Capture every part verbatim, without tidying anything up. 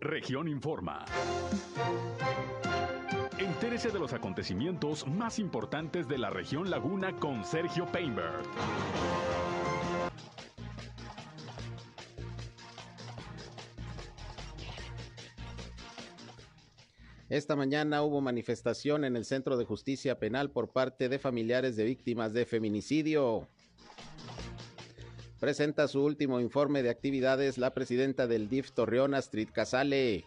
Región Informa. Entérese de los acontecimientos más importantes de la región Laguna con Sergio Painberg. Esta mañana hubo manifestación en el Centro de Justicia Penal por parte de familiares de víctimas de feminicidio. Presenta su último informe de actividades la presidenta del D I F Torreón, Astrid Casale.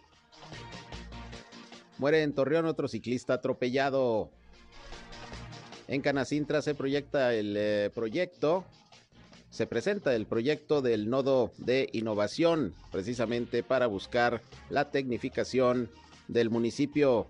Muere en Torreón otro ciclista atropellado. En Canacintra se proyecta el eh, proyecto, se presenta el proyecto del nodo de innovación, precisamente para buscar la tecnificación del municipio.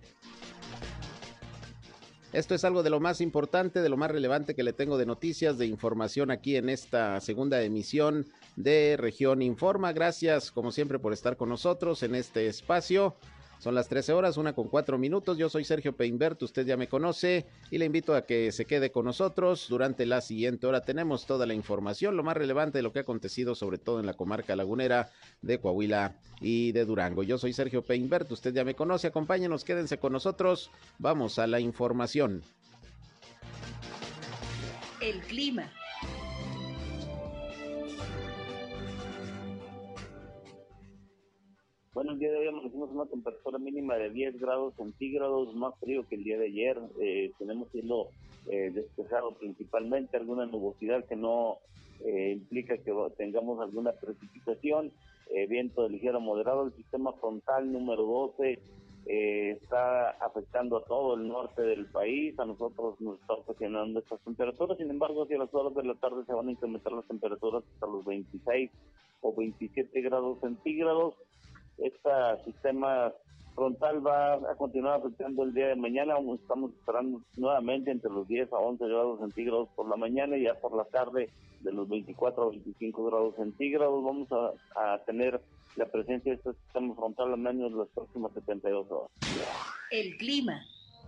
Esto es algo de lo más importante, de lo más relevante que le tengo de noticias, de información aquí en esta segunda emisión de Región Informa. Gracias, como siempre, por estar con nosotros en este espacio. Son las trece horas, una con cuatro minutos. Yo soy Sergio Painberg, usted ya me conoce y le invito a que se quede con nosotros. Durante la siguiente hora tenemos toda la información, lo más relevante de lo que ha acontecido, sobre todo en la comarca lagunera de Coahuila y de Durango. Yo soy Sergio Painberg, usted ya me conoce, acompáñenos, quédense con nosotros. Vamos a la información. El clima. Bueno, el día de hoy amanecimos una temperatura mínima de diez grados centígrados, más frío que el día de ayer. Eh, tenemos cielo eh, despejado principalmente, alguna nubosidad que no eh, implica que tengamos alguna precipitación. Eh, viento de ligero a moderado. El sistema frontal número doce eh, está afectando a todo el norte del país. A nosotros nos está ocasionando estas temperaturas. Sin embargo, hacia las horas de la tarde se van a incrementar las temperaturas hasta los veintiséis o veintisiete grados centígrados. Este sistema frontal va a continuar afectando el día de mañana. Estamos esperando nuevamente entre los diez a once grados centígrados por la mañana y ya por la tarde de los veinticuatro a veinticinco grados centígrados. Vamos a, a tener la presencia de este sistema frontal al menos las próximas setenta y dos horas. El clima.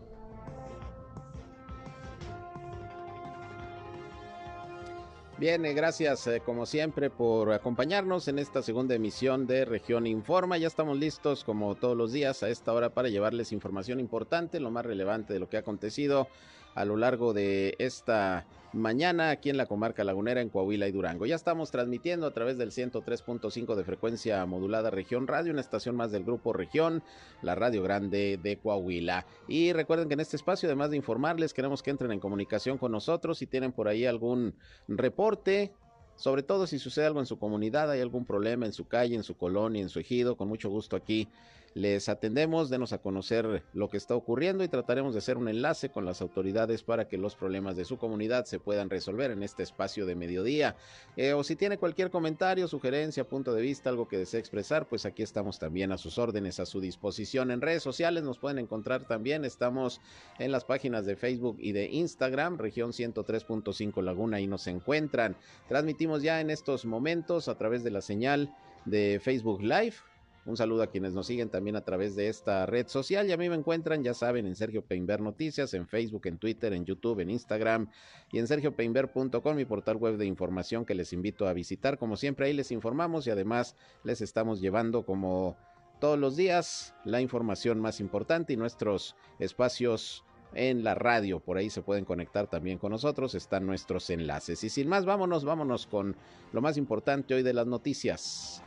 Bien, gracias eh, como siempre por acompañarnos en esta segunda emisión de Región Informa. Ya estamos listos como todos los días a esta hora para llevarles información importante, lo más relevante de lo que ha acontecido a lo largo de esta mañana aquí en la comarca lagunera, en Coahuila y Durango. Ya estamos transmitiendo a través del ciento tres punto cinco de frecuencia modulada Región Radio, una estación más del Grupo Región, la Radio Grande de Coahuila. Y recuerden que en este espacio, además de informarles, queremos que entren en comunicación con nosotros. Si tienen por ahí algún reporte, sobre todo si sucede algo en su comunidad, hay algún problema en su calle, en su colonia, en su ejido, con mucho gusto aquí les atendemos. Denos a conocer lo que está ocurriendo y trataremos de hacer un enlace con las autoridades para que los problemas de su comunidad se puedan resolver en este espacio de mediodía. Eh, o si tiene cualquier comentario, sugerencia, punto de vista, algo que desee expresar, pues aquí estamos también a sus órdenes, a su disposición. En redes sociales nos pueden encontrar también, estamos en las páginas de Facebook y de Instagram, Región ciento tres punto cinco Laguna, ahí nos encuentran. Transmitimos ya en estos momentos a través de la señal de Facebook Live. Un saludo a quienes nos siguen también a través de esta red social, y a mí me encuentran, ya saben, en Sergio Painberg Noticias, en Facebook, en Twitter, en YouTube, en Instagram y en sergio painberg punto com, mi portal web de información que les invito a visitar. Como siempre, ahí les informamos y además les estamos llevando, como todos los días, la información más importante y nuestros espacios en la radio. Por ahí se pueden conectar también con nosotros, están nuestros enlaces. Y sin más, vámonos, vámonos con lo más importante hoy de las noticias.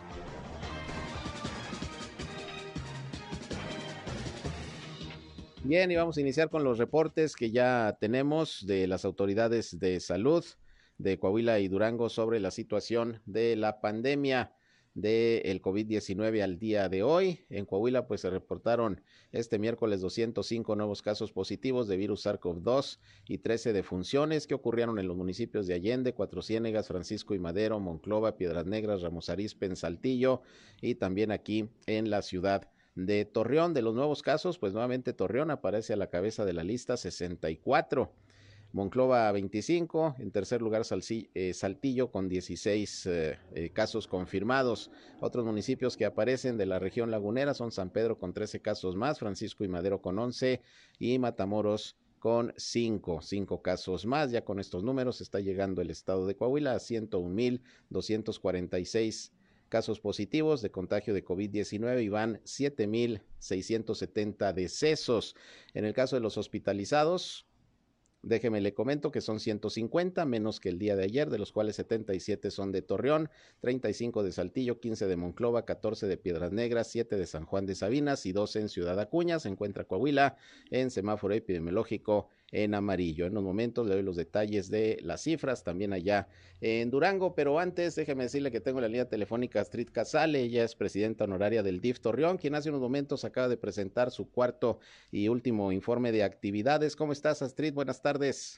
Bien, y vamos a iniciar con los reportes que ya tenemos de las autoridades de salud de Coahuila y Durango sobre la situación de la pandemia del COVID diecinueve al día de hoy. En Coahuila pues se reportaron este miércoles doscientos cinco nuevos casos positivos de virus SARS-CoV dos y trece defunciones que ocurrieron en los municipios de Allende, Cuatro Ciénegas, Francisco y Madero, Monclova, Piedras Negras, Ramos Arizpe, en Saltillo y también aquí en la ciudad de Torreón. De los nuevos casos, pues nuevamente Torreón aparece a la cabeza de la lista, sesenta y cuatro. Monclova veinticinco, en tercer lugar Salci, eh, Saltillo con dieciséis eh, eh, casos confirmados. Otros municipios que aparecen de la región lagunera son San Pedro con trece casos más, Francisco y Madero con once y Matamoros con cinco, cinco casos más. Ya con estos números está llegando el estado de Coahuila a ciento un mil doscientos cuarenta y seis casos positivos de contagio de COVID diecinueve y van siete mil seiscientos setenta decesos. En el caso de los hospitalizados, déjeme le comento que son ciento cincuenta, menos que el día de ayer, de los cuales setenta y siete son de Torreón, treinta y cinco de Saltillo, quince de Monclova, catorce de Piedras Negras, siete de San Juan de Sabinas y doce en Ciudad Acuña. Se encuentra Coahuila en semáforo epidemiológico en amarillo. En unos momentos le doy los detalles de las cifras también allá en Durango, pero antes déjeme decirle que tengo la línea telefónica a Astrid Casale. Ella es presidenta honoraria del D I F Torreón, quien hace unos momentos acaba de presentar su cuarto y último informe de actividades. ¿Cómo estás, Astrid? Buenas tardes.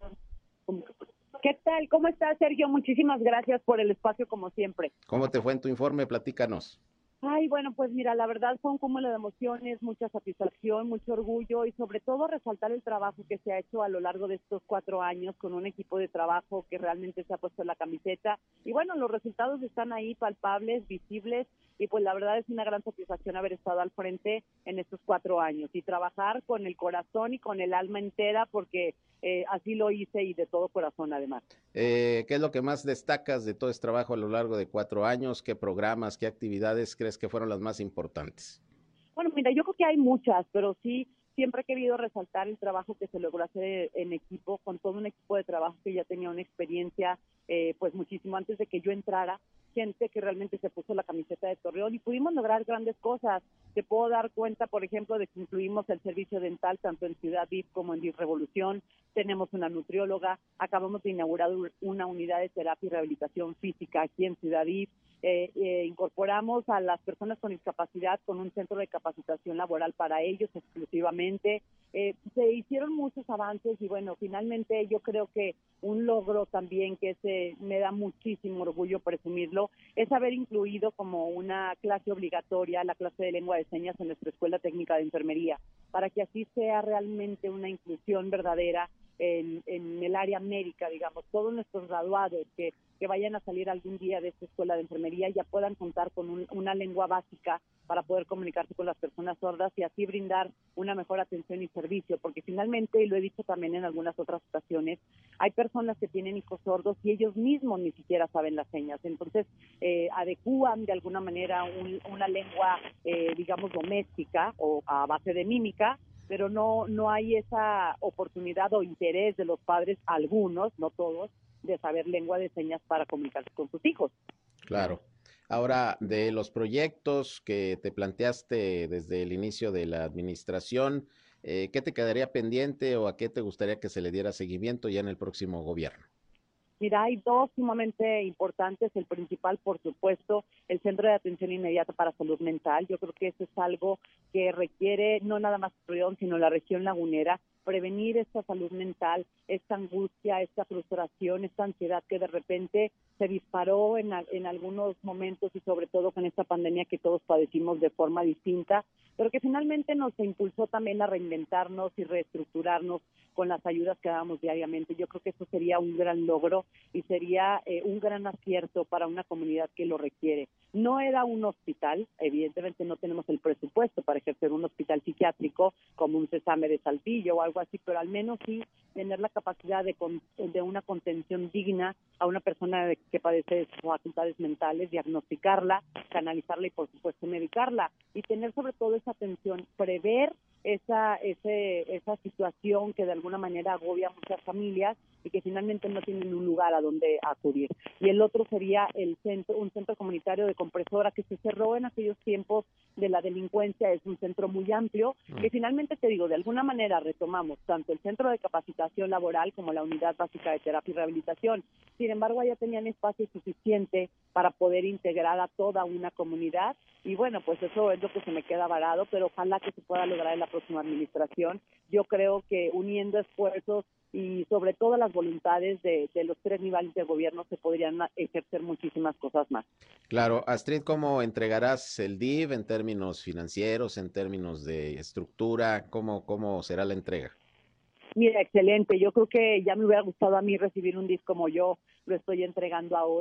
¿Qué tal? ¿Cómo estás, Sergio? Muchísimas gracias por el espacio, como siempre. ¿Cómo te fue en tu informe? Platícanos. Ay, bueno, pues mira, la verdad fue un cúmulo de emociones, mucha satisfacción, mucho orgullo y sobre todo resaltar el trabajo que se ha hecho a lo largo de estos cuatro años con un equipo de trabajo que realmente se ha puesto la camiseta. Y bueno, los resultados están ahí palpables, visibles, y pues la verdad es una gran satisfacción haber estado al frente en estos cuatro años y trabajar con el corazón y con el alma entera, porque eh, así lo hice y de todo corazón además. Eh, ¿Qué es lo que más destacas de todo este trabajo a lo largo de cuatro años? ¿Qué programas, qué actividades crees que fueron las más importantes? Bueno, mira, yo creo que hay muchas, pero sí, siempre he querido resaltar el trabajo que se logró hacer en equipo, con todo un equipo de trabajo que ya tenía una experiencia, eh, pues muchísimo antes de que yo entrara, gente que realmente se puso la camiseta de Torreón y pudimos lograr grandes cosas. Te puedo dar cuenta, por ejemplo, de que incluimos el servicio dental tanto en Ciudad D I F como en D I F Revolución. Tenemos una nutrióloga, acabamos de inaugurar una unidad de terapia y rehabilitación física aquí en Ciudad D I F. Eh, eh, incorporamos a las personas con discapacidad con un centro de capacitación laboral para ellos exclusivamente. Eh, se hicieron muchos avances y bueno, finalmente yo creo que un logro también que se me da muchísimo orgullo presumirlo es haber incluido como una clase obligatoria la clase de lengua de señas en nuestra Escuela Técnica de Enfermería, para que así sea realmente una inclusión verdadera en, en el área médica, digamos, todos nuestros graduados que, que vayan a salir algún día de esta escuela de enfermería ya puedan contar con un, una lengua básica para poder comunicarse con las personas sordas y así brindar una mejor atención y servicio, porque finalmente, y lo he dicho también en algunas otras ocasiones, hay personas que tienen hijos sordos y ellos mismos ni siquiera saben las señas, entonces eh, adecúan de alguna manera un, una lengua, eh, digamos, doméstica o a base de mímica, pero no no hay esa oportunidad o interés de los padres, algunos, no todos, de saber lengua de señas para comunicarse con sus hijos. Claro. Ahora, de los proyectos que te planteaste desde el inicio de la administración, eh, ¿qué te quedaría pendiente o a qué te gustaría que se le diera seguimiento ya en el próximo gobierno? Mira, hay dos sumamente importantes. El principal, por supuesto, el Centro de Atención Inmediata para Salud Mental. Yo creo que eso es algo que requiere no nada más Torreón, sino la región lagunera, prevenir esta salud mental, esta angustia, esta frustración, esta ansiedad que de repente se disparó en, en algunos momentos y sobre todo con esta pandemia que todos padecimos de forma distinta, pero que finalmente nos impulsó también a reinventarnos y reestructurarnos con las ayudas que dábamos diariamente. Yo creo que eso sería un gran logro y sería eh, un gran acierto para una comunidad que lo requiere. No era un hospital, evidentemente no tenemos el presupuesto para ejercer un hospital psiquiátrico como un Sésame de Saltillo o algo así, pero al menos sí tener la capacidad de, con, de una contención digna a una persona de, que padece de facultades mentales, diagnosticarla, canalizarla y por supuesto medicarla, y tener sobre todo esa atención, prever esa ese, esa situación que de alguna manera agobia a muchas familias y que finalmente no tienen un lugar a donde acudir. Y el otro sería el centro, un centro comunitario de compresora que se cerró en aquellos tiempos de la delincuencia. Es un centro muy amplio que finalmente, te digo, de alguna manera retomamos tanto el centro de capacitación laboral como la unidad básica de terapia y rehabilitación. Sin embargo, ya tenían espacio suficiente para poder integrar a toda una comunidad y bueno, pues eso es lo que se me queda varado, pero ojalá que se pueda lograr en la próxima administración. Yo creo que uniendo esfuerzos y sobre todo las voluntades de, de los tres niveles de gobierno se podrían ejercer muchísimas cosas más. Claro, Astrid, ¿cómo entregarás el D I F en términos financieros, en términos de estructura? ¿Cómo, cómo será la entrega? Mira, excelente. Yo creo que ya me hubiera gustado a mí recibir un D I F como yo lo estoy entregando ahora.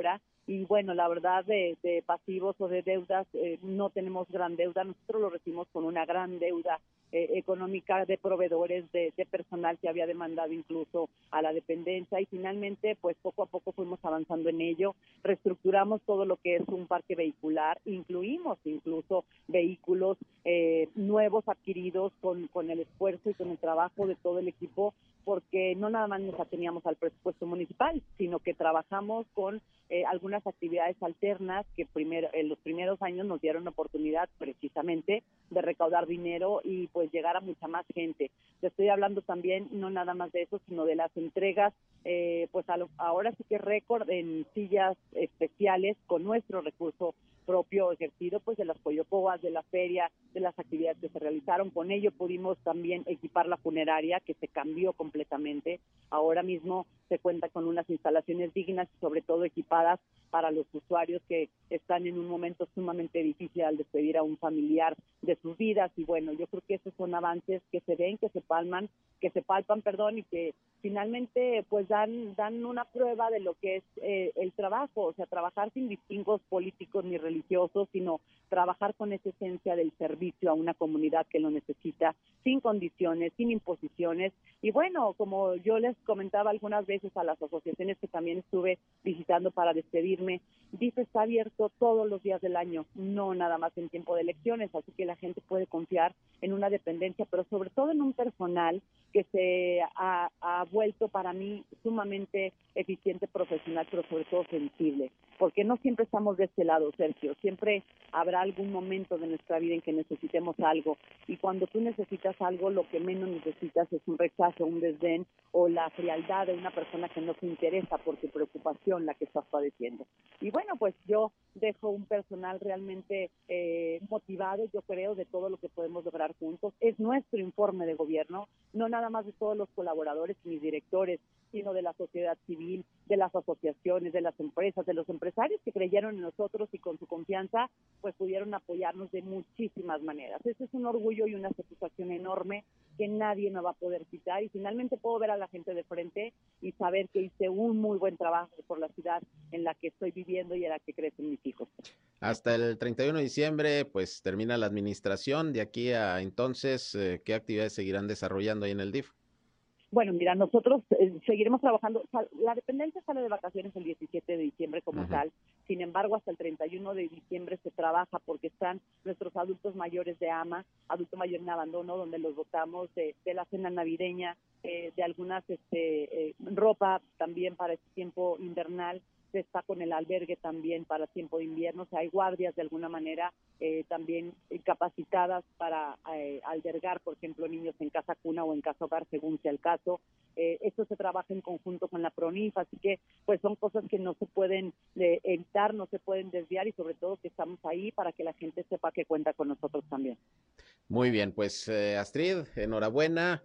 y bueno, la verdad de, de pasivos o de deudas, eh, no tenemos gran deuda, nosotros lo recibimos con una gran deuda eh, económica de proveedores, de, de personal que había demandado incluso a la dependencia, y finalmente pues poco a poco fuimos avanzando en ello, reestructuramos todo lo que es un parque vehicular, incluimos incluso vehículos eh, nuevos adquiridos con, con el esfuerzo y con el trabajo de todo el equipo, porque no nada más nos ateníamos al presupuesto municipal, sino que trabajamos con eh, algunas actividades alternas que primero, en los primeros años nos dieron la oportunidad precisamente de recaudar dinero y pues llegar a mucha más gente. Te estoy hablando también no nada más de eso, sino de las entregas, eh, pues a lo, ahora sí que récord en sillas especiales con nuestro recurso propio ejercido, pues de las pollocoas, de la feria, de las actividades que se realizaron. Con ello pudimos también equipar la funeraria, que se cambió completamente. Ahora mismo se cuenta con unas instalaciones dignas y sobre todo equipadas para los usuarios que están en un momento sumamente difícil al despedir a un familiar de sus vidas. Y bueno, yo creo que esos son avances que se ven, que se palman, que se palpan, perdón, y que finalmente pues dan dan una prueba de lo que es eh, el trabajo, o sea, trabajar sin distingos políticos ni religiosos, sino trabajar con esa esencia del servicio a una comunidad que lo necesita, sin condiciones, sin imposiciones. Y bueno, como yo les comentaba algunas veces a las asociaciones que también estuve visitando para despedirme, D I F está abierto todos los días del año, no nada más en tiempo de elecciones, así que la gente puede confiar en una dependencia, pero sobre todo en un personal que se ha, ha vuelto para mí sumamente eficiente, profesional, pero sobre todo sensible, porque no siempre estamos de este lado, Sergio, siempre habrá algún momento de nuestra vida en que necesitemos algo, y cuando tú necesitas algo, lo que menos necesitas es un rechazo, un desdén o la frialdad de una persona que no se interesa por tu preocupación, la que estás padeciendo. Y bueno, pues yo dejo un personal realmente eh, motivado, yo creo, de todo lo que podemos lograr juntos. Es nuestro informe de gobierno, no nada más de todos los colaboradores y mis directores, sino de la sociedad civil, de las asociaciones, de las empresas, de los empresarios que creyeron en nosotros y con su confianza pues pudieron apoyarnos de muchísimas maneras. Ese es un orgullo y una satisfacción enorme que nadie me va a poder quitar, y finalmente puedo ver a la gente de frente y saber que hice un muy buen trabajo por la ciudad en la que estoy viviendo y en la que crecen mis hijos. Hasta el treinta y uno de diciembre pues termina la administración. De aquí a entonces, eh, ¿qué actividades seguirán desarrollando ahí en el D I F? Bueno, mira, nosotros eh, seguiremos trabajando. La dependencia sale de vacaciones el diecisiete de diciembre como uh-huh. tal. Sin embargo, hasta el treinta y uno de diciembre se trabaja porque están nuestros adultos mayores de A M A, adulto mayor en abandono, donde los dotamos de, de la cena navideña, eh, de algunas este, eh, ropa también para este tiempo invernal. Se está con el albergue también para tiempo de invierno, o sea, hay guardias de alguna manera eh, también capacitadas para eh, albergar, por ejemplo, niños en casa cuna o en casa hogar, según sea el caso. Eh, esto se trabaja en conjunto con la PRONIF, así que pues son cosas que no se pueden eh, evitar, no se pueden desviar, y sobre todo que estamos ahí para que la gente sepa que cuenta con nosotros también. Muy bien, pues eh, Astrid, enhorabuena,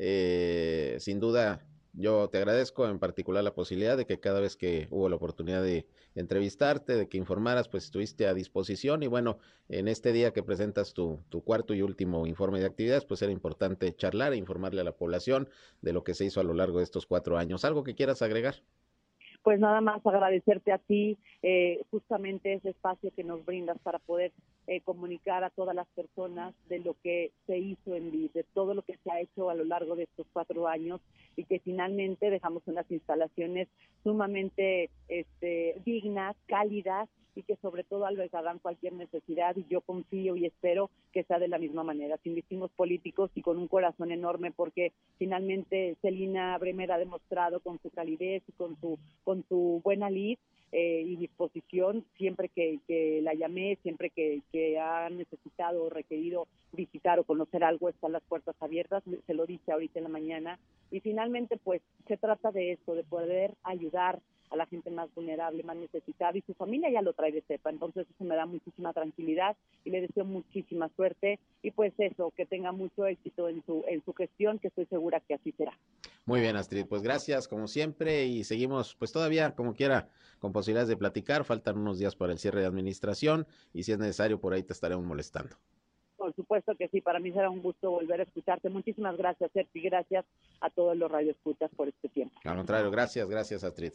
eh, sin duda. Yo te agradezco en particular la posibilidad de que cada vez que hubo la oportunidad de entrevistarte, de que informaras, pues estuviste a disposición, y bueno, en este día que presentas tu, tu cuarto y último informe de actividades, pues era importante charlar e informarle a la población de lo que se hizo a lo largo de estos cuatro años. ¿Algo que quieras agregar? Pues nada más agradecerte a ti eh, justamente ese espacio que nos brindas para poder eh, comunicar a todas las personas de lo que se hizo en D I F, de todo lo que se ha hecho a lo largo de estos cuatro años, y que finalmente dejamos unas instalaciones sumamente este, dignas, cálidas, y que sobre todo albergarán cualquier necesidad, y yo confío y espero que sea de la misma manera, sin distingos políticos y con un corazón enorme, porque finalmente Celina Bremer ha demostrado con su calidez y con su con su buena lid eh, y disposición, siempre que, que la llamé, siempre que, que ha necesitado o requerido visitar o conocer algo, están las puertas abiertas, se lo dije ahorita en la mañana, y finalmente pues se trata de eso, de poder ayudar a la gente más vulnerable, más necesitada, y su familia ya lo trae de cepa, entonces eso me da muchísima tranquilidad y le deseo muchísima suerte, y pues eso, que tenga mucho éxito en su en su gestión, que estoy segura que así será. Muy bien, Astrid, pues gracias como siempre, y seguimos pues todavía como quiera con posibilidades de platicar. Faltan unos días para el cierre de administración, y si es necesario por ahí te estaremos molestando. Por supuesto que sí, para mí será un gusto volver a escucharte. Muchísimas gracias, Sergio, y gracias a todos los radioescuchas por este tiempo. Al contrario, gracias, gracias, Astrid.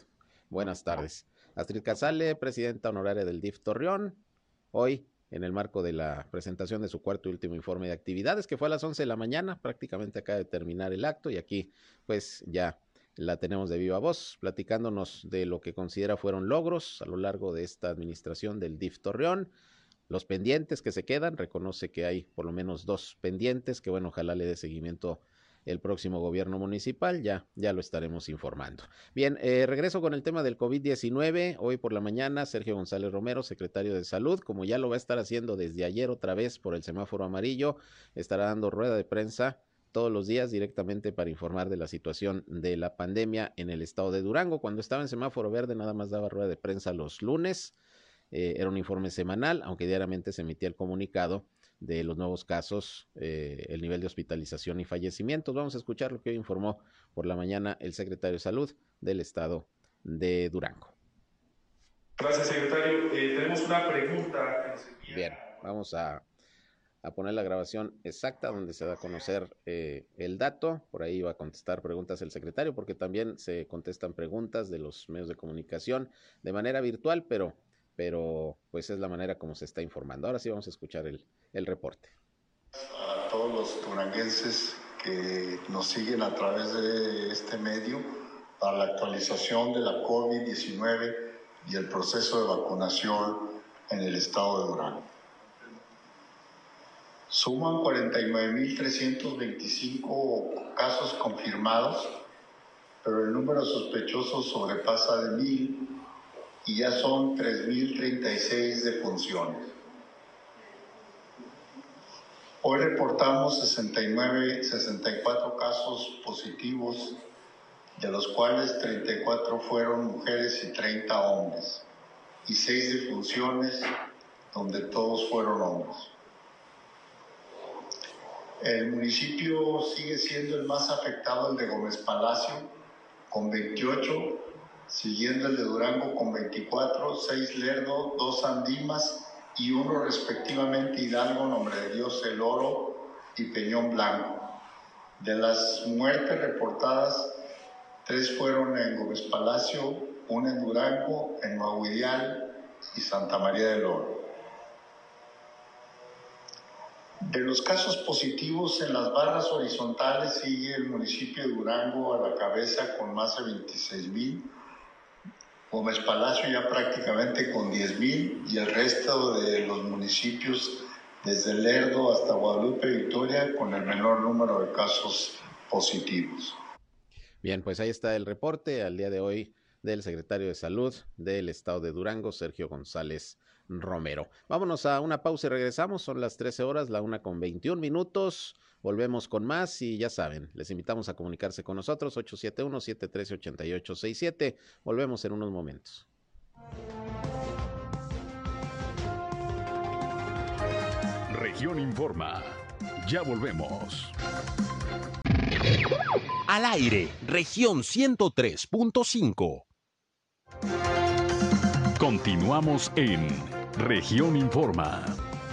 Buenas tardes. Astrid Casale, presidenta honoraria del D I F Torreón, hoy en el marco de la presentación de su cuarto y último informe de actividades, que fue a las once de la mañana, prácticamente acaba de terminar el acto y aquí pues ya la tenemos de viva voz, platicándonos de lo que considera fueron logros a lo largo de esta administración del D I F Torreón, los pendientes que se quedan, reconoce que hay por lo menos dos pendientes, que bueno, ojalá le dé seguimiento el próximo gobierno municipal, ya, ya lo estaremos informando. Bien, eh, regreso con el tema del COVID diecinueve, hoy por la mañana Sergio González Romero, secretario de Salud, como ya lo va a estar haciendo desde ayer otra vez por el semáforo amarillo, estará dando rueda de prensa todos los días directamente para informar de la situación de la pandemia en el estado de Durango. Cuando estaba en semáforo verde nada más daba rueda de prensa los lunes, eh, era un informe semanal, aunque diariamente se emitía el comunicado de los nuevos casos, eh, el nivel de hospitalización y fallecimientos. Vamos a escuchar lo que hoy informó por la mañana el secretario de Salud del estado de Durango. Gracias, secretario. Eh, tenemos una pregunta que nos envía. Bien, vamos a, a poner la grabación exacta donde se da a conocer eh, el dato. Por ahí va a contestar preguntas el secretario, porque también se contestan preguntas de los medios de comunicación de manera virtual, pero pero pues es la manera como se está informando. Ahora sí vamos a escuchar el, el reporte. A todos los duranguenses que nos siguen a través de este medio para la actualización de la COVID diecinueve y el proceso de vacunación en el estado de Durango. Suman cuarenta y nueve mil trescientos veinticinco casos confirmados, pero el número sospechoso sobrepasa de mil y ya son tres mil treinta y seis defunciones. Hoy reportamos sesenta y nueve, sesenta y cuatro casos positivos, de los cuales treinta y cuatro fueron mujeres y treinta hombres, y seis defunciones donde todos fueron hombres. El municipio sigue siendo el más afectado, el de Gómez Palacio, con veintiocho, siguiendo el de Durango con veinticuatro, seis Lerdo, dos Andimas y uno respectivamente Hidalgo, Nombre de Dios, El Oro y Peñón Blanco. De las muertes reportadas, tres fueron en Gómez Palacio, una en Durango, en Mahuidial y Santa María del Oro. De los casos positivos en las barras horizontales sigue el municipio de Durango a la cabeza con más de veintiséis mil, Gómez Palacio ya prácticamente con diez mil y el resto de los municipios desde Lerdo hasta Guadalupe Victoria con el menor número de casos positivos. Bien, pues ahí está el reporte al día de hoy del secretario de Salud del estado de Durango, Sergio González Romero. Vámonos a una pausa y regresamos, son las trece horas, la una con veintiún minutos, volvemos con más y ya saben, les invitamos a comunicarse con nosotros, ocho siete uno, siete uno tres, ocho ocho seis siete, volvemos en unos momentos. Región Informa, ya volvemos. Al aire, región ciento tres punto cinco. Continuamos en Región Informa.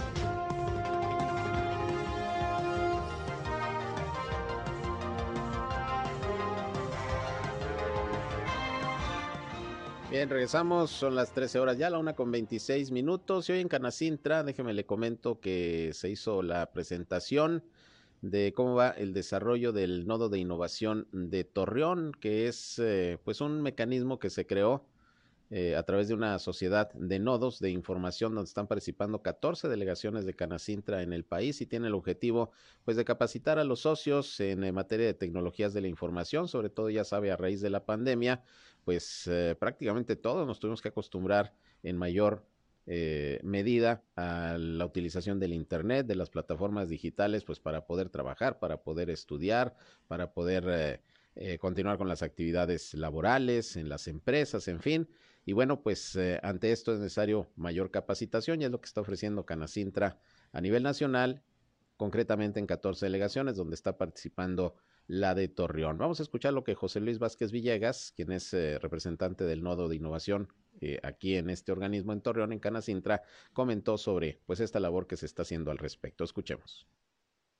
Bien, regresamos, son las trece horas ya, la una con veintiséis minutos, y hoy en Canacintra, déjeme le comento que se hizo la presentación de cómo va el desarrollo del nodo de innovación de Torreón, que es eh, pues un mecanismo que se creó eh, a través de una sociedad de nodos de información donde están participando catorce delegaciones de Canacintra en el país y tiene el objetivo pues de capacitar a los socios en eh, materia de tecnologías de la información, sobre todo ya sabe a raíz de la pandemia, pues eh, prácticamente todos nos tuvimos que acostumbrar en mayor Eh, medida a la utilización del internet, de las plataformas digitales, pues para poder trabajar, para poder estudiar, para poder eh, eh, continuar con las actividades laborales, en las empresas, en fin. Y bueno, pues eh, ante esto es necesario mayor capacitación y es lo que está ofreciendo Canacintra a nivel nacional, concretamente en catorce delegaciones, donde está participando la de Torreón. Vamos a escuchar lo que José Luis Vázquez Villegas, quien es eh, representante del Nodo de Innovación eh, aquí en este organismo en Torreón, en Canacintra, comentó sobre pues esta labor que se está haciendo al respecto. Escuchemos.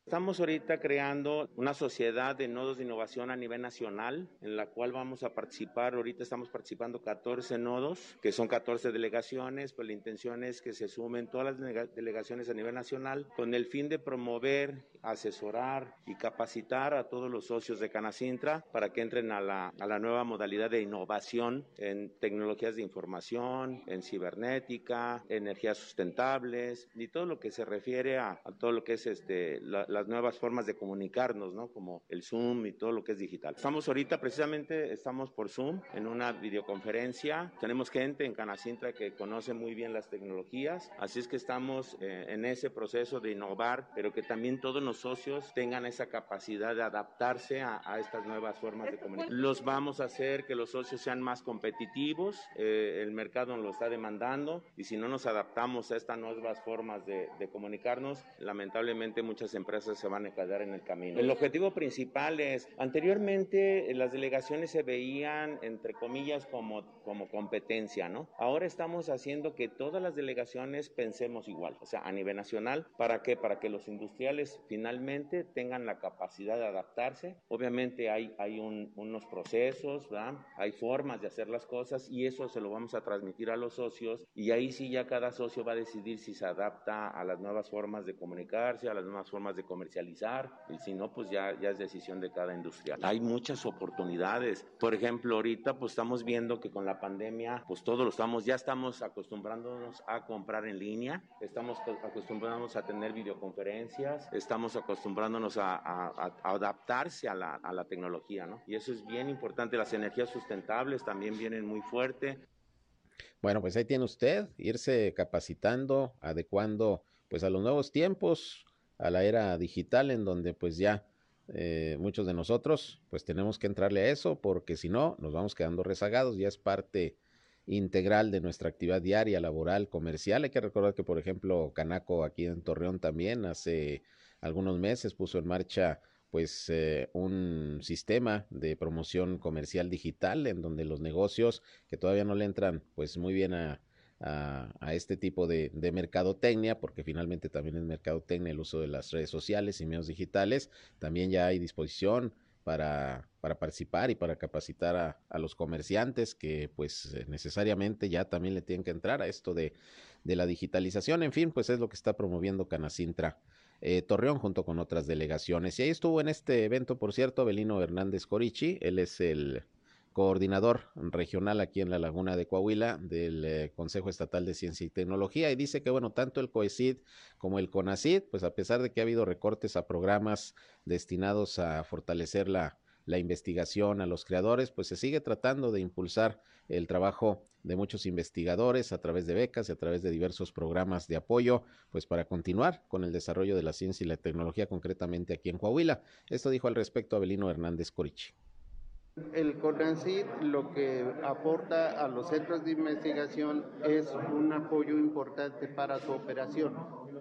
Estamos ahorita creando una sociedad de nodos de innovación a nivel nacional, en la cual vamos a participar, ahorita estamos participando catorce nodos, que son catorce delegaciones, pues la intención es que se sumen todas las delegaciones a nivel nacional, con el fin de promover, asesorar y capacitar a todos los socios de Canacintra para que entren a la, a la nueva modalidad de innovación en tecnologías de información, en cibernética, energías sustentables y todo lo que se refiere a, a todo lo que es este, la, la las nuevas formas de comunicarnos, ¿no? Como el Zoom y todo lo que es digital. Estamos ahorita, precisamente, estamos por Zoom en una videoconferencia. Tenemos gente en Canacintra que conoce muy bien las tecnologías, así es que estamos eh, en ese proceso de innovar, pero que también todos los socios tengan esa capacidad de adaptarse a, a estas nuevas formas de comunicar. Los vamos a hacer que los socios sean más competitivos, eh, el mercado nos lo está demandando y si no nos adaptamos a estas nuevas formas de, de comunicarnos, lamentablemente muchas empresas se van a quedar en el camino. El objetivo principal es, anteriormente las delegaciones se veían entre comillas como, como competencia, ¿no? Ahora estamos haciendo que todas las delegaciones pensemos igual, o sea, a nivel nacional. ¿Para qué? Para que los industriales finalmente tengan la capacidad de adaptarse. Obviamente hay, hay un, unos procesos, ¿verdad? Hay formas de hacer las cosas y eso se lo vamos a transmitir a los socios y ahí sí ya cada socio va a decidir si se adapta a las nuevas formas de comunicarse, a las nuevas formas de comercializar, y si no, pues ya, ya es decisión de cada industrial. Hay muchas oportunidades. Por ejemplo, ahorita pues estamos viendo que con la pandemia, pues todos lo estamos, ya estamos acostumbrándonos a comprar en línea, estamos acostumbrándonos a tener videoconferencias, estamos acostumbrándonos a, a, a adaptarse a la, a la tecnología, ¿no? Y eso es bien importante. Las energías sustentables también vienen muy fuerte. Bueno, pues ahí tiene usted, irse capacitando, adecuando pues a los nuevos tiempos, a la era digital en donde pues ya eh, muchos de nosotros pues tenemos que entrarle a eso porque si no nos vamos quedando rezagados, ya es parte integral de nuestra actividad diaria, laboral, comercial. Hay que recordar que por ejemplo Canaco aquí en Torreón también hace algunos meses puso en marcha pues eh, un sistema de promoción comercial digital en donde los negocios que todavía no le entran pues muy bien a A, a este tipo de, de mercadotecnia, porque finalmente también es mercadotecnia el uso de las redes sociales y medios digitales, también ya hay disposición para, para participar y para capacitar a, a los comerciantes que pues necesariamente ya también le tienen que entrar a esto de, de la digitalización. En fin, pues es lo que está promoviendo Canacintra eh, Torreón junto con otras delegaciones. Y ahí estuvo en este evento, por cierto, Avelino Hernández Corichi, él es el coordinador regional aquí en la Laguna de Coahuila del eh, Consejo Estatal de Ciencia y Tecnología, y dice que bueno, tanto el COECID como el CONACYT, pues a pesar de que ha habido recortes a programas destinados a fortalecer la, la investigación, a los creadores, pues se sigue tratando de impulsar el trabajo de muchos investigadores a través de becas y a través de diversos programas de apoyo, pues para continuar con el desarrollo de la ciencia y la tecnología concretamente aquí en Coahuila. Esto dijo al respecto Avelino Hernández Corichi. El CONACYT lo que aporta a los centros de investigación es un apoyo importante para su operación.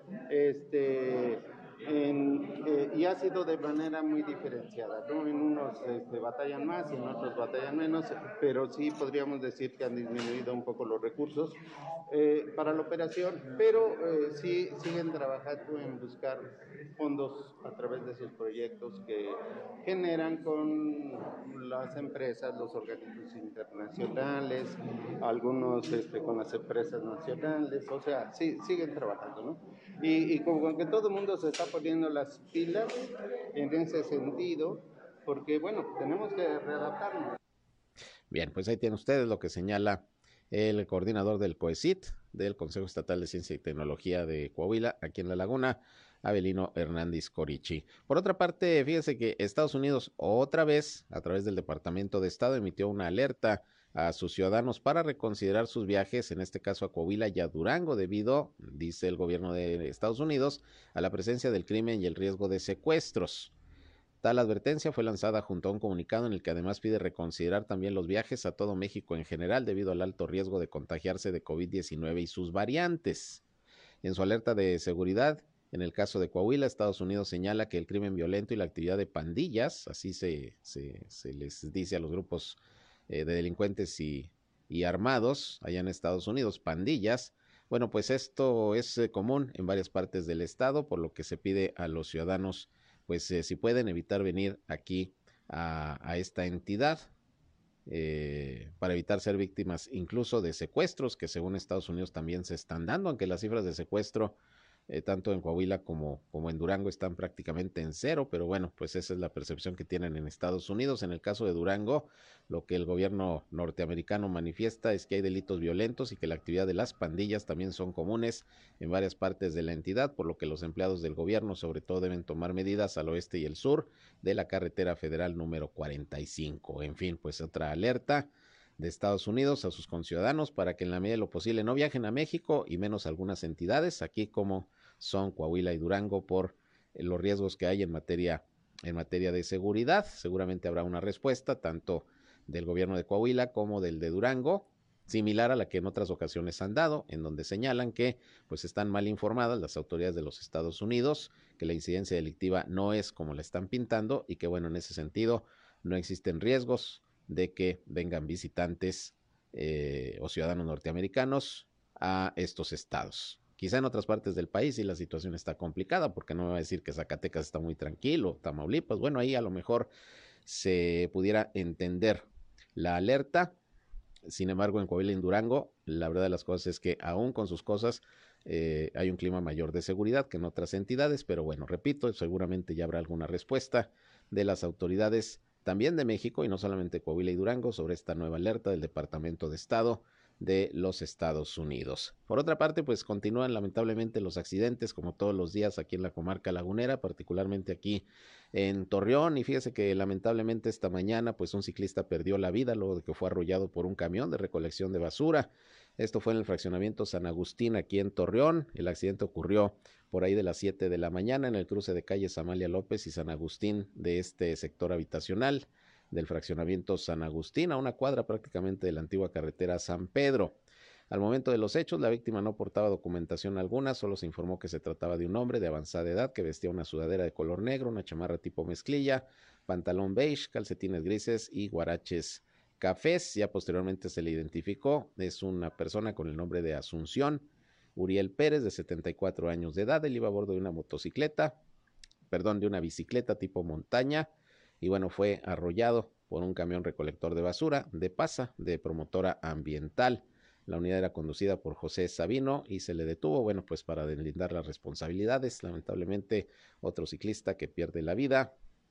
Este, en, eh, y ha sido de manera muy diferenciada, ¿no? En unos este, batallan más y en otros batallan menos, pero sí podríamos decir que han disminuido un poco los recursos eh, para la operación, pero eh, sí siguen trabajando en buscar fondos a través de sus proyectos que generan con las empresas, los organismos internacionales, algunos este, con las empresas nacionales, o sea, sí, siguen trabajando, ¿no? Y, y como que todo el mundo se está poniendo las pilas en ese sentido, porque bueno, tenemos que readaptarnos. Bien, pues ahí tienen ustedes lo que señala el coordinador del COECIT, del Consejo Estatal de Ciencia y Tecnología de Coahuila, aquí en La Laguna, Avelino Hernández Corichi. Por otra parte, fíjese que Estados Unidos otra vez, a través del Departamento de Estado, emitió una alerta a sus ciudadanos para reconsiderar sus viajes, en este caso a Coahuila y a Durango, debido, dice el gobierno de Estados Unidos, a la presencia del crimen y el riesgo de secuestros. Tal advertencia fue lanzada junto a un comunicado en el que además pide reconsiderar también los viajes a todo México en general debido al alto riesgo de contagiarse de COVID diecinueve y sus variantes. En su alerta de seguridad, en el caso de Coahuila, Estados Unidos señala que el crimen violento y la actividad de pandillas, así se, se, se les dice a los grupos eh, de delincuentes y, y armados allá en Estados Unidos, pandillas, Bueno, pues esto es eh, común en varias partes del estado, por lo que se pide a los ciudadanos, pues eh, si pueden evitar venir aquí a, a esta entidad, eh, para evitar ser víctimas incluso de secuestros que según Estados Unidos también se están dando, aunque las cifras de secuestro eh, tanto en Coahuila como, como en Durango están prácticamente en cero, pero bueno, pues esa es la percepción que tienen en Estados Unidos. En el caso de Durango, lo que el gobierno norteamericano manifiesta es que hay delitos violentos y que la actividad de las pandillas también son comunes en varias partes de la entidad, por lo que los empleados del gobierno sobre todo deben tomar medidas al oeste y el sur de la carretera federal número cuarenta y cinco. En fin, pues otra alerta de Estados Unidos a sus conciudadanos para que en la medida de lo posible no viajen a México y menos algunas entidades, aquí como son Coahuila y Durango, por los riesgos que hay en materia, en materia de seguridad. Seguramente habrá una respuesta tanto del gobierno de Coahuila como del de Durango, similar a la que en otras ocasiones han dado, en donde señalan que pues están mal informadas las autoridades de los Estados Unidos, que la incidencia delictiva no es como la están pintando y que bueno, en ese sentido no existen riesgos de que vengan visitantes eh, o ciudadanos norteamericanos a estos estados. Quizá en otras partes del país sí la situación está complicada, porque no me va a decir que Zacatecas está muy tranquilo, Tamaulipas, bueno, ahí a lo mejor se pudiera entender la alerta. Sin embargo, en Coahuila y en Durango, la verdad de las cosas es que aún con sus cosas eh, hay un clima mayor de seguridad que en otras entidades, pero bueno, repito, seguramente ya habrá alguna respuesta de las autoridades también de México y no solamente Coahuila y Durango sobre esta nueva alerta del Departamento de Estado de los Estados Unidos. Por otra parte, pues continúan lamentablemente los accidentes como todos los días aquí en la comarca lagunera, particularmente aquí en Torreón, y fíjese que lamentablemente esta mañana pues un ciclista perdió la vida luego de que fue arrollado por un camión de recolección de basura. Esto fue en el fraccionamiento San Agustín aquí en Torreón. El accidente ocurrió por ahí de las siete de la mañana en el cruce de calles Amalia López y San Agustín de este sector habitacional del fraccionamiento San Agustín, a una cuadra prácticamente de la antigua carretera San Pedro. Al momento de los hechos, la víctima no portaba documentación alguna, solo se informó que se trataba de un hombre de avanzada edad que vestía una sudadera de color negro, una chamarra tipo mezclilla, pantalón beige, calcetines grises y guaraches cafés. Ya posteriormente se le identificó, es una persona con el nombre de Asunción Uriel Pérez, de setenta y cuatro años de edad. Él iba a bordo de una motocicleta, perdón, de una bicicleta tipo montaña, y bueno, fue arrollado por un camión recolector de basura de Pasa, de Promotora Ambiental. La unidad era conducida por José Sabino y se le detuvo, bueno, pues para deslindar las responsabilidades. Lamentablemente, otro ciclista que pierde la vida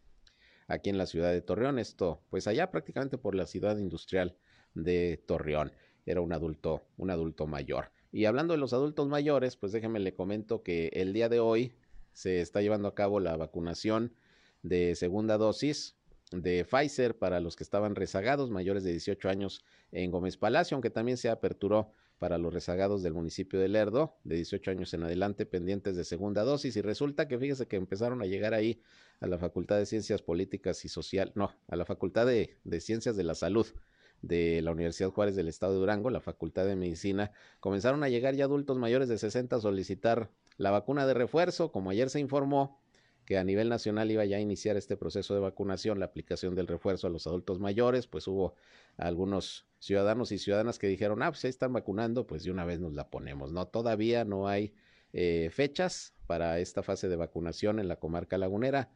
aquí en la ciudad de Torreón. Esto, pues allá prácticamente por la ciudad industrial de Torreón. Era un adulto, un adulto mayor. Y hablando de los adultos mayores, pues déjeme le comento que el día de hoy se está llevando a cabo la vacunación de segunda dosis de Pfizer para los que estaban rezagados mayores de dieciocho años en Gómez Palacio, aunque también se aperturó para los rezagados del municipio de Lerdo de dieciocho años en adelante pendientes de segunda dosis. Y resulta que fíjese que empezaron a llegar ahí a la Facultad de Ciencias Políticas y Social, no, a la Facultad de, de Ciencias de la Salud de la Universidad Juárez del Estado de Durango, la Facultad de Medicina. Comenzaron a llegar ya adultos mayores de sesenta a solicitar la vacuna de refuerzo. Como ayer se informó que a nivel nacional iba ya a iniciar este proceso de vacunación, la aplicación del refuerzo a los adultos mayores, pues hubo algunos ciudadanos y ciudadanas que dijeron, ah, pues ahí están vacunando, pues de una vez nos la ponemos. No, todavía no hay eh, fechas para esta fase de vacunación en la comarca lagunera,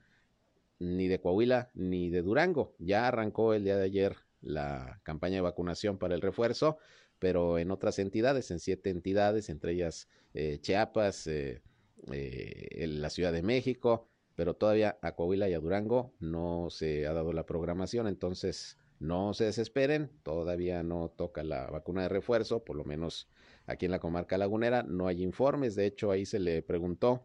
ni de Coahuila ni de Durango. Ya arrancó el día de ayer la campaña de vacunación para el refuerzo, pero en otras entidades, en siete entidades, entre ellas eh, Chiapas, eh, eh, la Ciudad de México, pero todavía a Coahuila y a Durango no se ha dado la programación. Entonces no se desesperen, todavía no toca la vacuna de refuerzo, por lo menos aquí en la comarca lagunera no hay informes. De hecho, ahí se le preguntó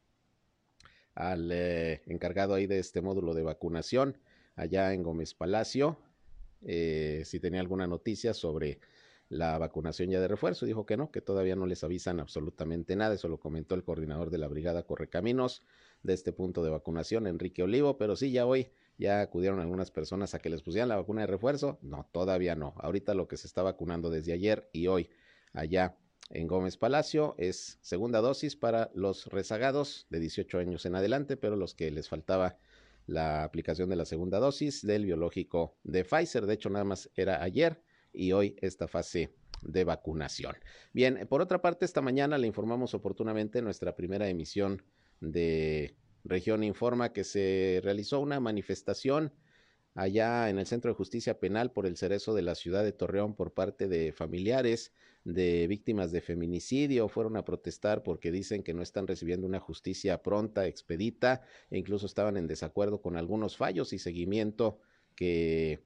al eh, encargado ahí de este módulo de vacunación allá en Gómez Palacio eh, si tenía alguna noticia sobre la vacunación ya de refuerzo. Dijo que no, que todavía no les avisan absolutamente nada. Eso lo comentó el coordinador de la Brigada Correcaminos de este punto de vacunación, Enrique Olivo. Pero sí, ya hoy ya acudieron algunas personas a que les pusieran la vacuna de refuerzo. No, todavía no. Ahorita lo que se está vacunando desde ayer y hoy allá en Gómez Palacio es segunda dosis para los rezagados de dieciocho años en adelante, pero los que les faltaba la aplicación de la segunda dosis del biológico de Pfizer. De hecho, nada más era ayer y hoy esta fase de vacunación. Bien, por otra parte, esta mañana le informamos oportunamente en nuestra primera emisión de Región Informa que se realizó una manifestación allá en el Centro de Justicia Penal por el Cerezo de la ciudad de Torreón por parte de familiares de víctimas de feminicidio. Fueron a protestar porque dicen que no están recibiendo una justicia pronta, expedita, e incluso estaban en desacuerdo con algunos fallos y seguimiento que,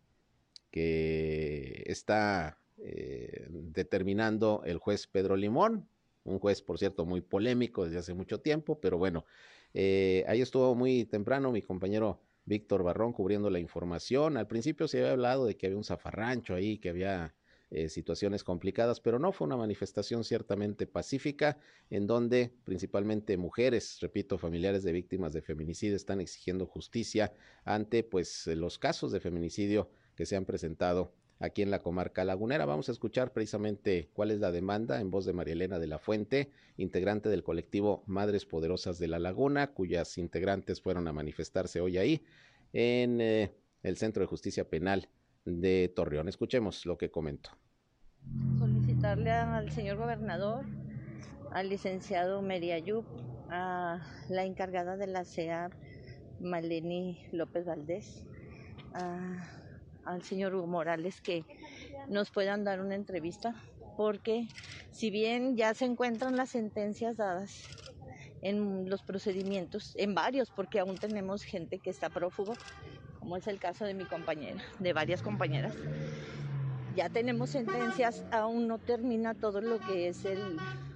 que está eh, determinando el juez Pedro Limón, un juez, por cierto, muy polémico desde hace mucho tiempo, pero bueno, eh, ahí estuvo muy temprano mi compañero Víctor Barrón cubriendo la información. Al principio se había hablado de que había un zafarrancho ahí, que había eh, situaciones complicadas, pero no, fue una manifestación ciertamente pacífica, en donde principalmente mujeres, repito, familiares de víctimas de feminicidio están exigiendo justicia ante pues los casos de feminicidio que se han presentado aquí en la comarca lagunera. Vamos a escuchar precisamente cuál es la demanda en voz de María Elena de la Fuente, integrante del colectivo Madres Poderosas de la Laguna, cuyas integrantes fueron a manifestarse hoy ahí en eh, el Centro de Justicia Penal de Torreón. Escuchemos lo que comentó. Solicitarle al señor gobernador, al licenciado Meriayub, a la encargada de la C E A, Maleni López Valdés, a al señor Hugo Morales, que nos puedan dar una entrevista, porque si bien ya se encuentran las sentencias dadas en los procedimientos, en varios, porque aún tenemos gente que está prófugo, como es el caso de mi compañera, de varias compañeras, ya tenemos sentencias, aún no termina todo lo que es el,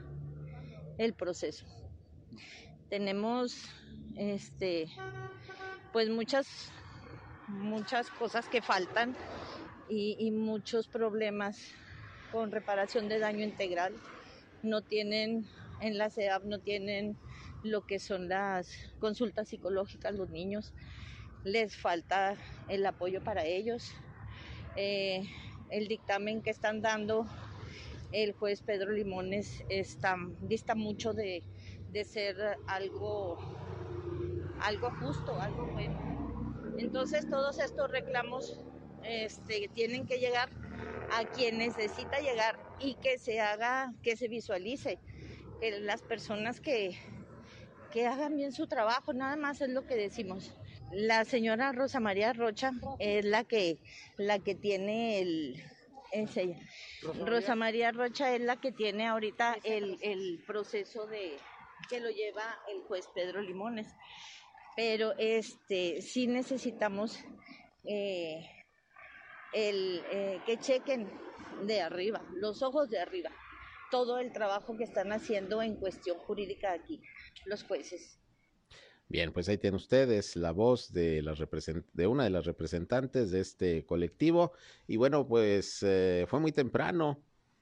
el proceso. Tenemos este pues muchas muchas cosas que faltan y, y muchos problemas con reparación de daño integral. No tienen, en la C E A P no tienen lo que son las consultas psicológicas, los niños, les falta el apoyo para ellos. Eh, el dictamen que están dando el juez Pedro Limones está, dista mucho de, de ser algo, algo justo, algo bueno. Entonces todos estos reclamos este, tienen que llegar a quien necesita llegar y que se haga, que se visualice, que las personas que, que hagan bien su trabajo, nada más es lo que decimos. La señora Rosa María Rocha es la que, la que tiene el... Es ella. Rosa, Rosa María Rocha es la que tiene ahorita el, el proceso de que lo lleva el juez Pedro Limones. Pero este sí necesitamos eh, el eh, que chequen de arriba, los ojos de arriba, todo el trabajo que están haciendo en cuestión jurídica aquí los jueces. Bien, pues ahí tienen ustedes la voz de, las represent- de una de las representantes de este colectivo. Y bueno, pues eh, fue muy temprano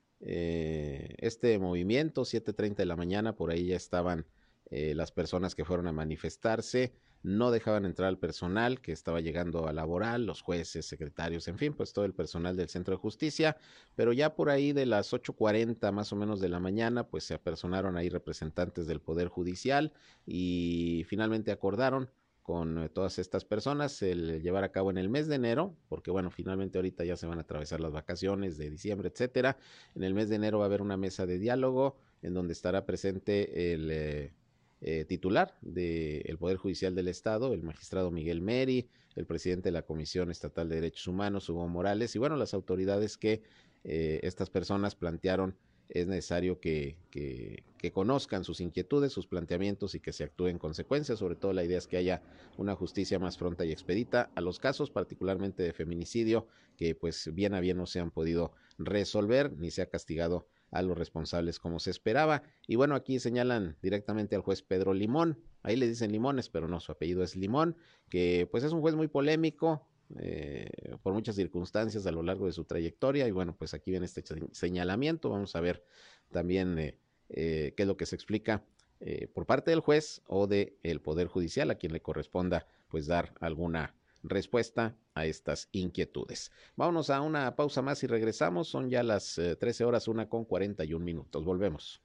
eh, este movimiento, siete treinta de la mañana, por ahí ya estaban Eh, las personas que fueron a manifestarse. No dejaban entrar al personal que estaba llegando a laboral, los jueces, secretarios, en fin, pues todo el personal del Centro de Justicia, pero ya por ahí de las ocho cuarenta más o menos de la mañana, pues se apersonaron ahí representantes del Poder Judicial y finalmente acordaron con eh, todas estas personas el llevar a cabo en el mes de enero, porque bueno, finalmente ahorita ya se van a atravesar las vacaciones de diciembre, etcétera. En el mes de enero va a haber una mesa de diálogo en donde estará presente el eh, Eh, titular del Poder Judicial del Estado, el magistrado Miguel Meri, el presidente de la Comisión Estatal de Derechos Humanos, Hugo Morales, y bueno, las autoridades que eh, estas personas plantearon, es necesario que, que, que conozcan sus inquietudes, sus planteamientos y que se actúe en consecuencia. Sobre todo la idea es que haya una justicia más pronta y expedita a los casos, particularmente de feminicidio, que pues bien a bien no se han podido resolver ni se ha castigado a los responsables como se esperaba. Y bueno, aquí señalan directamente al juez Pedro Limón, ahí le dicen Limones, pero no, su apellido es Limón, que pues es un juez muy polémico eh, por muchas circunstancias a lo largo de su trayectoria, y bueno, pues aquí viene este señalamiento. Vamos a ver también eh, eh, qué es lo que se explica eh, por parte del juez o del Poder Judicial, a quien le corresponda pues dar alguna respuesta a estas inquietudes. Vámonos a una pausa más y regresamos. Son ya las eh, trece horas, una con cuarenta y un minutos. Volvemos.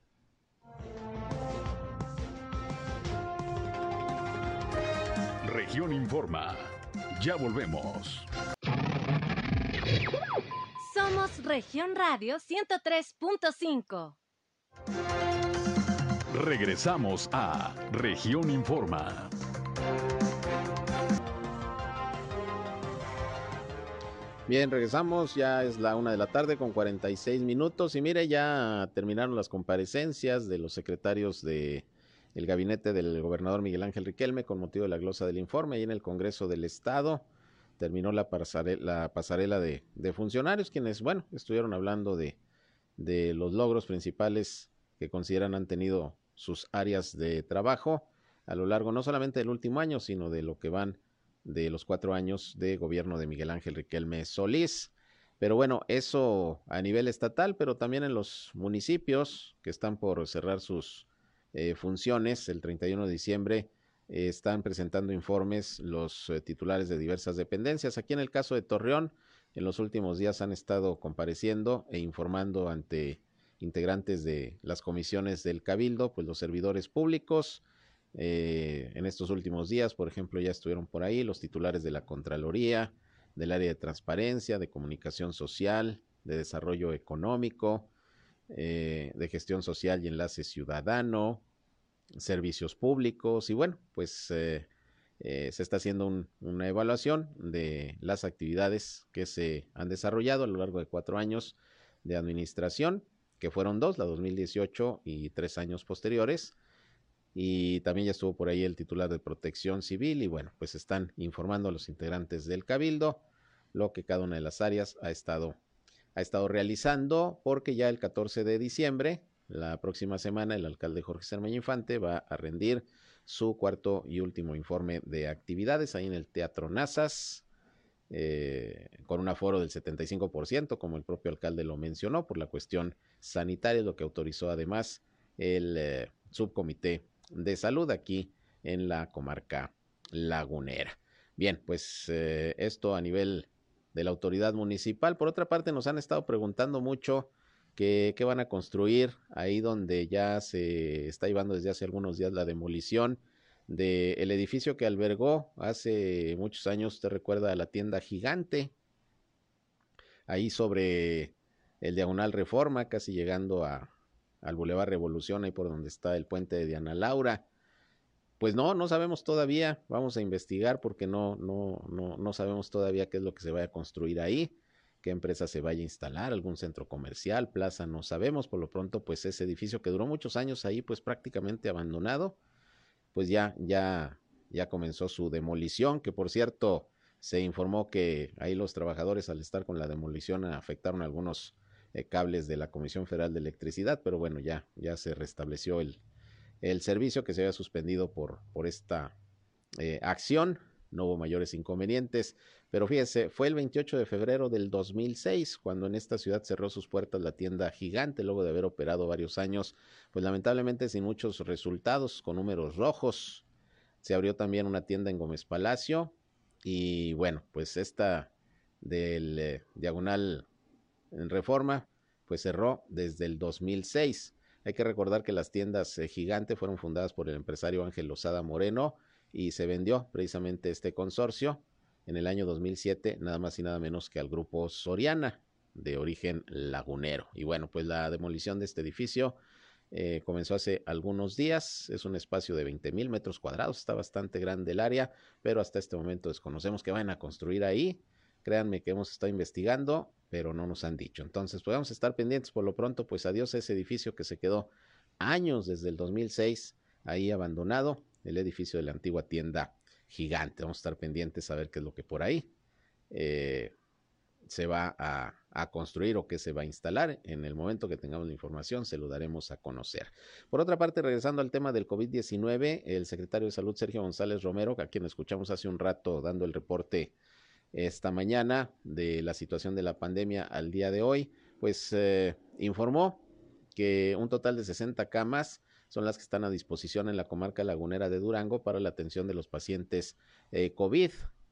Región Informa. Ya volvemos. Somos Somos Región Radio ciento tres punto cinco. Regresamos a Región Informa. Bien, regresamos, ya es la una de la tarde con cuarenta y seis minutos y mire, ya terminaron las comparecencias de los secretarios de el gabinete del gobernador Miguel Ángel Riquelme con motivo de la glosa del informe y en el Congreso del Estado terminó la pasarela, la pasarela de, de funcionarios quienes, bueno, estuvieron hablando de, de los logros principales que consideran han tenido sus áreas de trabajo a lo largo no solamente del último año, sino de lo que van de los cuatro años de gobierno de Miguel Ángel Riquelme Solís. Pero bueno, eso a nivel estatal, pero también en los municipios que están por cerrar sus eh, funciones el treinta y uno de diciembre, eh, están presentando informes los eh, titulares de diversas dependencias. Aquí en el caso de Torreón, en los últimos días han estado compareciendo e informando ante integrantes de las comisiones del Cabildo, pues los servidores públicos. Eh, en estos últimos días, por ejemplo, ya estuvieron por ahí los titulares de la Contraloría, del área de transparencia, de comunicación social, de desarrollo económico, eh, de gestión social y enlace ciudadano, servicios públicos y bueno, pues eh, eh, se está haciendo un, una evaluación de las actividades que se han desarrollado a lo largo de cuatro años de administración, que fueron dos, la dos mil dieciocho y tres años posteriores. Y también ya estuvo por ahí el titular de Protección Civil y bueno, pues están informando a los integrantes del Cabildo lo que cada una de las áreas ha estado, ha estado realizando, porque ya el catorce de diciembre, la próxima semana, el alcalde Jorge Cermeño Infante va a rendir su cuarto y último informe de actividades ahí en el Teatro Nazas, eh, con un aforo del setenta y cinco por ciento, como el propio alcalde lo mencionó, por la cuestión sanitaria, lo que autorizó además el eh, subcomité de salud aquí en la comarca lagunera. Bien, pues eh, esto a nivel de la autoridad municipal. Por otra parte, nos han estado preguntando mucho qué van a construir ahí donde ya se está llevando desde hace algunos días la demolición del edificio que albergó hace muchos años, usted recuerda, la tienda Gigante, ahí sobre el Diagonal Reforma, casi llegando a al Boulevard Revolución, ahí por donde está el puente de Diana Laura. Pues no, no sabemos todavía, vamos a investigar porque no, no, no, no sabemos todavía qué es lo que se vaya a construir ahí, qué empresa se vaya a instalar, algún centro comercial, plaza, no sabemos. Por lo pronto, pues ese edificio que duró muchos años ahí, pues prácticamente abandonado, pues ya, ya, ya comenzó su demolición, que por cierto, se informó que ahí los trabajadores al estar con la demolición afectaron algunos Eh, cables de la Comisión Federal de Electricidad, pero bueno, ya, ya se restableció el, el servicio que se había suspendido por, por esta eh, acción, no hubo mayores inconvenientes, pero fíjese, fue el veintiocho de febrero del dos mil seis cuando en esta ciudad cerró sus puertas la tienda Gigante, luego de haber operado varios años, pues lamentablemente sin muchos resultados, con números rojos. Se abrió también una tienda en Gómez Palacio y bueno, pues esta del eh, Diagonal en Reforma, pues cerró desde el dos mil seis. Hay que recordar que las tiendas eh, Gigante fueron fundadas por el empresario Ángel Lozada Moreno y se vendió precisamente este consorcio en el año dos mil siete, nada más y nada menos que al grupo Soriana, de origen lagunero. Y bueno, pues la demolición de este edificio eh, comenzó hace algunos días. Es un espacio de veinte mil metros cuadrados, está bastante grande el área, pero hasta este momento desconocemos qué van a construir ahí. Créanme que hemos estado investigando, pero no nos han dicho. Entonces, podemos estar pendientes. Por lo pronto, pues adiós a ese edificio que se quedó años desde el dos mil seis ahí abandonado, el edificio de la antigua tienda Gigante. Vamos a estar pendientes a ver qué es lo que por ahí eh, se va a, a construir o qué se va a instalar. En el momento que tengamos la información, se lo daremos a conocer. Por otra parte, regresando al tema del COVID diecinueve, el secretario de Salud, Sergio González Romero, a quien escuchamos hace un rato dando el reporte esta mañana de la situación de la pandemia al día de hoy, pues eh, informó que un total de sesenta camas son las que están a disposición en la comarca lagunera de Durango para la atención de los pacientes eh, COVID,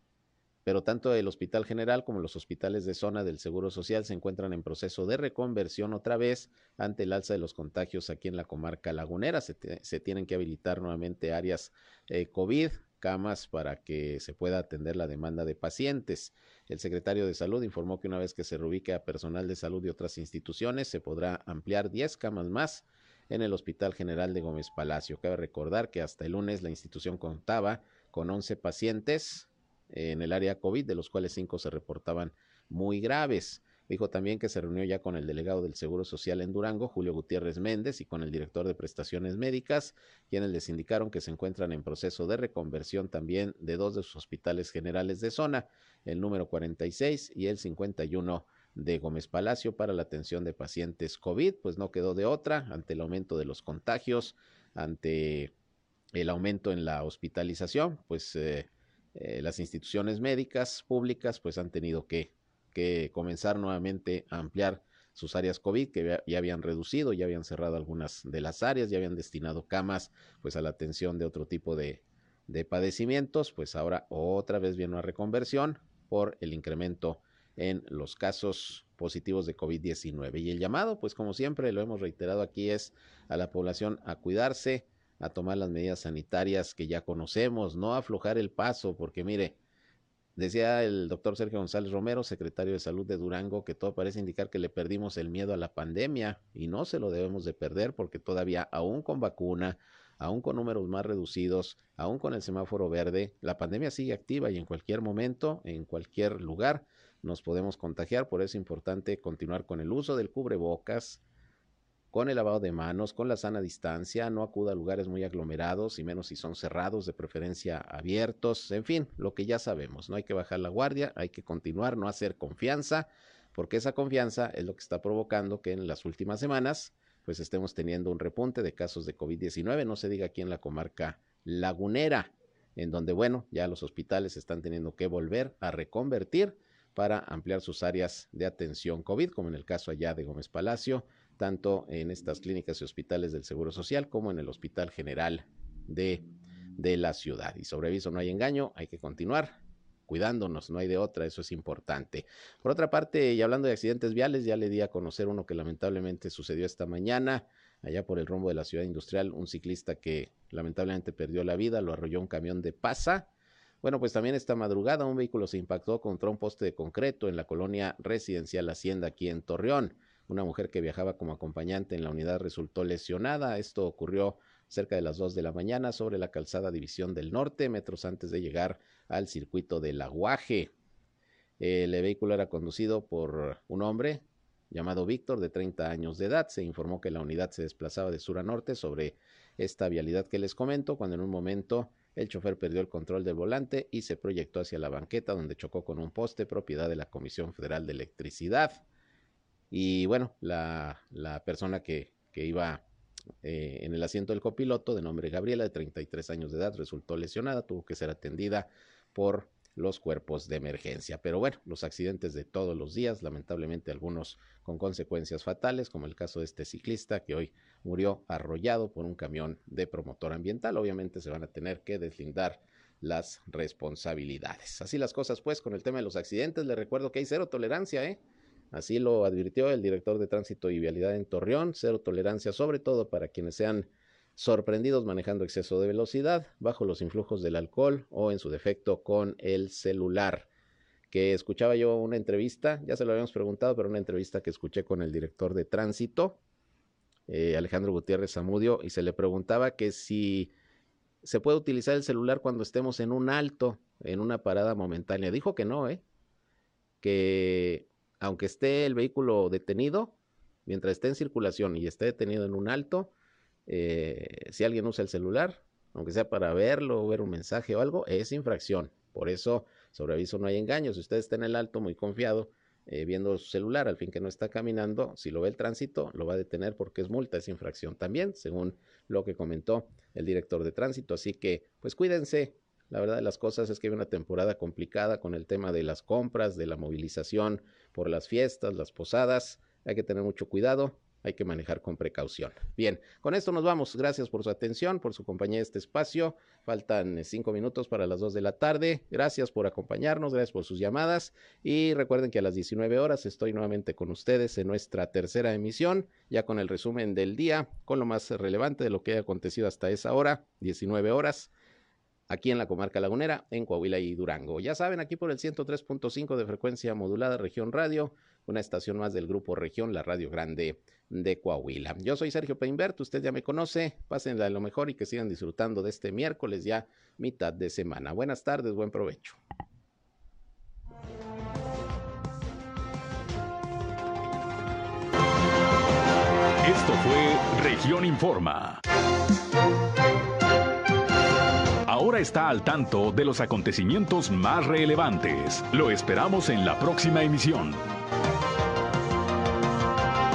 pero tanto el Hospital General como los hospitales de zona del Seguro Social se encuentran en proceso de reconversión otra vez ante el alza de los contagios aquí en la comarca lagunera. Se, te, se tienen que habilitar nuevamente áreas eh, COVID, camas para que se pueda atender la demanda de pacientes. El secretario de Salud informó que una vez que se reubique a personal de salud de otras instituciones, se podrá ampliar diez camas más en el Hospital General de Gómez Palacio. Cabe recordar que hasta el lunes la institución contaba con once pacientes en el área COVID, de los cuales cinco se reportaban muy graves. Dijo también que se reunió ya con el delegado del Seguro Social en Durango, Julio Gutiérrez Méndez, y con el director de prestaciones médicas, quienes les indicaron que se encuentran en proceso de reconversión también de dos de sus hospitales generales de zona, el número cuarenta y seis y el cincuenta y uno de Gómez Palacio, para la atención de pacientes COVID. Pues no quedó de otra ante el aumento de los contagios, ante el aumento en la hospitalización, pues eh, eh, las instituciones médicas públicas pues han tenido que que comenzar nuevamente a ampliar sus áreas COVID, que ya habían reducido, ya habían cerrado algunas de las áreas, ya habían destinado camas pues a la atención de otro tipo de, de padecimientos. Pues ahora otra vez viene una reconversión por el incremento en los casos positivos de COVID diecinueve. Y el llamado, pues como siempre lo hemos reiterado aquí, es a la población a cuidarse, a tomar las medidas sanitarias que ya conocemos, no aflojar el paso, porque mire, decía el doctor Sergio González Romero, secretario de Salud de Durango, que todo parece indicar que le perdimos el miedo a la pandemia, y no se lo debemos de perder, porque todavía, aún con vacuna, aún con números más reducidos, aún con el semáforo verde, la pandemia sigue activa y en cualquier momento, en cualquier lugar, nos podemos contagiar. Por eso es importante continuar con el uso del cubrebocas, con el lavado de manos, con la sana distancia, no acuda a lugares muy aglomerados y menos si son cerrados, de preferencia abiertos, en fin, lo que ya sabemos. No hay que bajar la guardia, hay que continuar, no hacer confianza, porque esa confianza es lo que está provocando que en las últimas semanas pues estemos teniendo un repunte de casos de COVID diecinueve, no se diga aquí en la comarca lagunera, en donde, bueno, ya los hospitales están teniendo que volver a reconvertir para ampliar sus áreas de atención COVID, como en el caso allá de Gómez Palacio, tanto en estas clínicas y hospitales del Seguro Social como en el Hospital General de, de la ciudad. Y sobre aviso no hay engaño, hay que continuar cuidándonos, no hay de otra, eso es importante. Por otra parte, y hablando de accidentes viales, ya le di a conocer uno que lamentablemente sucedió esta mañana, allá por el rumbo de la ciudad industrial, un ciclista que lamentablemente perdió la vida, lo arrolló un camión de pasa. Bueno, pues también esta madrugada un vehículo se impactó contra un poste de concreto en la colonia residencial Hacienda, aquí en Torreón. Una mujer que viajaba como acompañante en la unidad resultó lesionada. Esto ocurrió cerca de las dos de la mañana sobre la calzada División del Norte, metros antes de llegar al circuito del Aguaje. El vehículo era conducido por un hombre llamado Víctor, de treinta años de edad. Se informó que la unidad se desplazaba de sur a norte sobre esta vialidad que les comento, cuando en un momento el chofer perdió el control del volante y se proyectó hacia la banqueta, donde chocó con un poste propiedad de la Comisión Federal de Electricidad. Y bueno, la, la persona que, que iba eh, en el asiento del copiloto, de nombre Gabriela, de treinta y tres años de edad, resultó lesionada, tuvo que ser atendida por los cuerpos de emergencia. Pero bueno, los accidentes de todos los días, lamentablemente algunos con consecuencias fatales, como el caso de este ciclista que hoy murió arrollado por un camión de promotor ambiental. Obviamente se van a tener que deslindar las responsabilidades. Así las cosas pues con el tema de los accidentes. Les recuerdo que hay cero tolerancia, ¿eh? Así lo advirtió el director de Tránsito y Vialidad en Torreón, cero tolerancia sobre todo para quienes sean sorprendidos manejando exceso de velocidad, bajo los influjos del alcohol o en su defecto con el celular. Que escuchaba yo una entrevista, ya se lo habíamos preguntado, pero una entrevista que escuché con el director de Tránsito, eh, Alejandro Gutiérrez Zamudio, y se le preguntaba que si se puede utilizar el celular cuando estemos en un alto, en una parada momentánea. Dijo que no, ¿eh? que aunque esté el vehículo detenido, mientras esté en circulación y esté detenido en un alto, eh, si alguien usa el celular, aunque sea para verlo o ver un mensaje o algo, es infracción. Por eso, sobre aviso no hay engaño. Si usted está en el alto muy confiado, eh, viendo su celular, al fin que no está caminando, si lo ve el tránsito, lo va a detener porque es multa, es infracción también, según lo que comentó el director de Tránsito. Así que, pues cuídense. La verdad de las cosas es que hay una temporada complicada con el tema de las compras, de la movilización por las fiestas, las posadas. Hay que tener mucho cuidado, hay que manejar con precaución. Bien, con esto nos vamos. Gracias por su atención, por su compañía de este espacio. Faltan cinco minutos para las dos de la tarde. Gracias por acompañarnos, gracias por sus llamadas. Y recuerden que a las diecinueve horas estoy nuevamente con ustedes en nuestra tercera emisión, ya con el resumen del día, con lo más relevante de lo que ha acontecido hasta esa hora, diecinueve horas. aquí en la comarca lagunera, en Coahuila y Durango. Ya saben, aquí por el ciento tres punto cinco de frecuencia modulada Región Radio, una estación más del Grupo Región, la Radio Grande de Coahuila. Yo soy Sergio Peinbert, usted ya me conoce, pásenla de lo mejor y que sigan disfrutando de este miércoles ya mitad de semana. Buenas tardes, buen provecho. Esto fue Región Informa. Ahora está al tanto de los acontecimientos más relevantes. Lo esperamos en la próxima emisión.